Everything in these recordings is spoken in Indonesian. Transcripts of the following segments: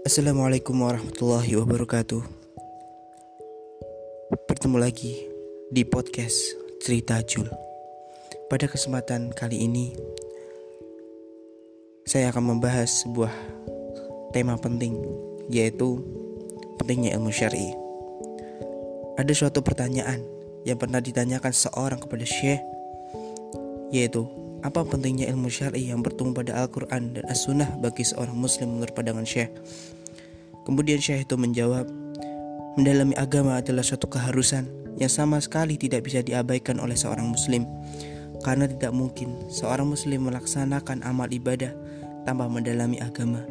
Assalamualaikum warahmatullahi wabarakatuh. Bertemu lagi di podcast Cerita Jul. Pada kesempatan kali ini saya akan membahas sebuah tema penting, yaitu pentingnya ilmu syar'i. Ada suatu pertanyaan yang pernah ditanyakan seorang kepada Syekh, yaitu apa pentingnya ilmu syar'i yang bertumbuh pada Al-Quran dan As-Sunnah bagi seorang muslim menurut pandangan Syekh. Kemudian Syekh itu menjawab, mendalami agama adalah suatu keharusan yang sama sekali tidak bisa diabaikan oleh seorang muslim, karena tidak mungkin seorang muslim melaksanakan amal ibadah tanpa mendalami agama.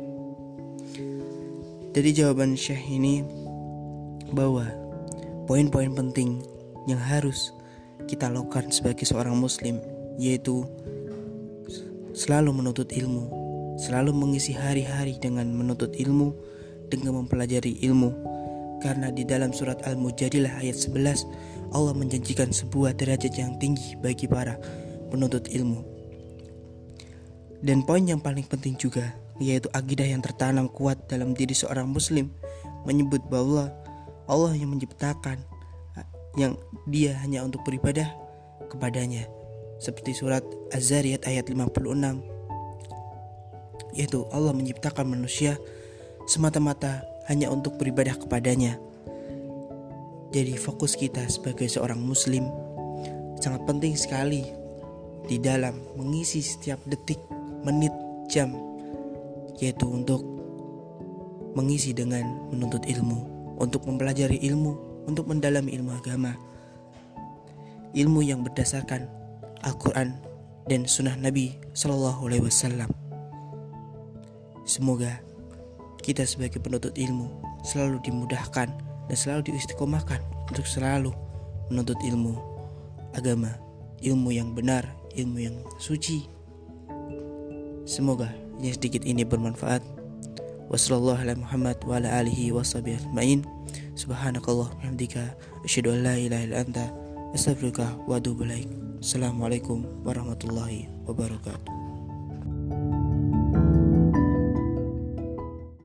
Dari jawaban Syekh ini bahwa poin-poin penting yang harus kita lakukan sebagai seorang muslim, yaitu selalu menuntut ilmu, selalu mengisi hari-hari dengan menuntut ilmu, dengan mempelajari ilmu. Karena di dalam surat Al-Mujadilah ayat 11, Allah menjanjikan sebuah derajat yang tinggi bagi para penuntut ilmu. Dan poin yang paling penting juga, yaitu akidah yang tertanam kuat dalam diri seorang muslim, menyebut bahwa Allah yang menciptakan, yang dia hanya untuk beribadah kepadanya. Seperti surat Az-Zariyat ayat 56, yaitu Allah menciptakan manusia semata-mata hanya untuk beribadah kepadanya. Jadi fokus kita sebagai seorang muslim sangat penting sekali di dalam mengisi setiap detik, menit, jam, yaitu untuk mengisi dengan menuntut ilmu, untuk mempelajari ilmu, untuk mendalami ilmu agama, ilmu yang berdasarkan Al-Quran dan Sunnah Nabi Sallallahu Alaihi Wasallam. Semoga kita sebagai penuntut ilmu selalu dimudahkan dan selalu diistiqomahkan untuk selalu menuntut ilmu agama, ilmu yang benar, ilmu yang suci. Semoga yang sedikit ini bermanfaat. Wassallallahu ala Muhammad wa ala alihi washabihi ajmain. Subhanakallah wa bihamdika asyhadu an la ilaha illa anta astaghfiruka wa atubu ilaik. Assalamualaikum warahmatullahi wabarakatuh.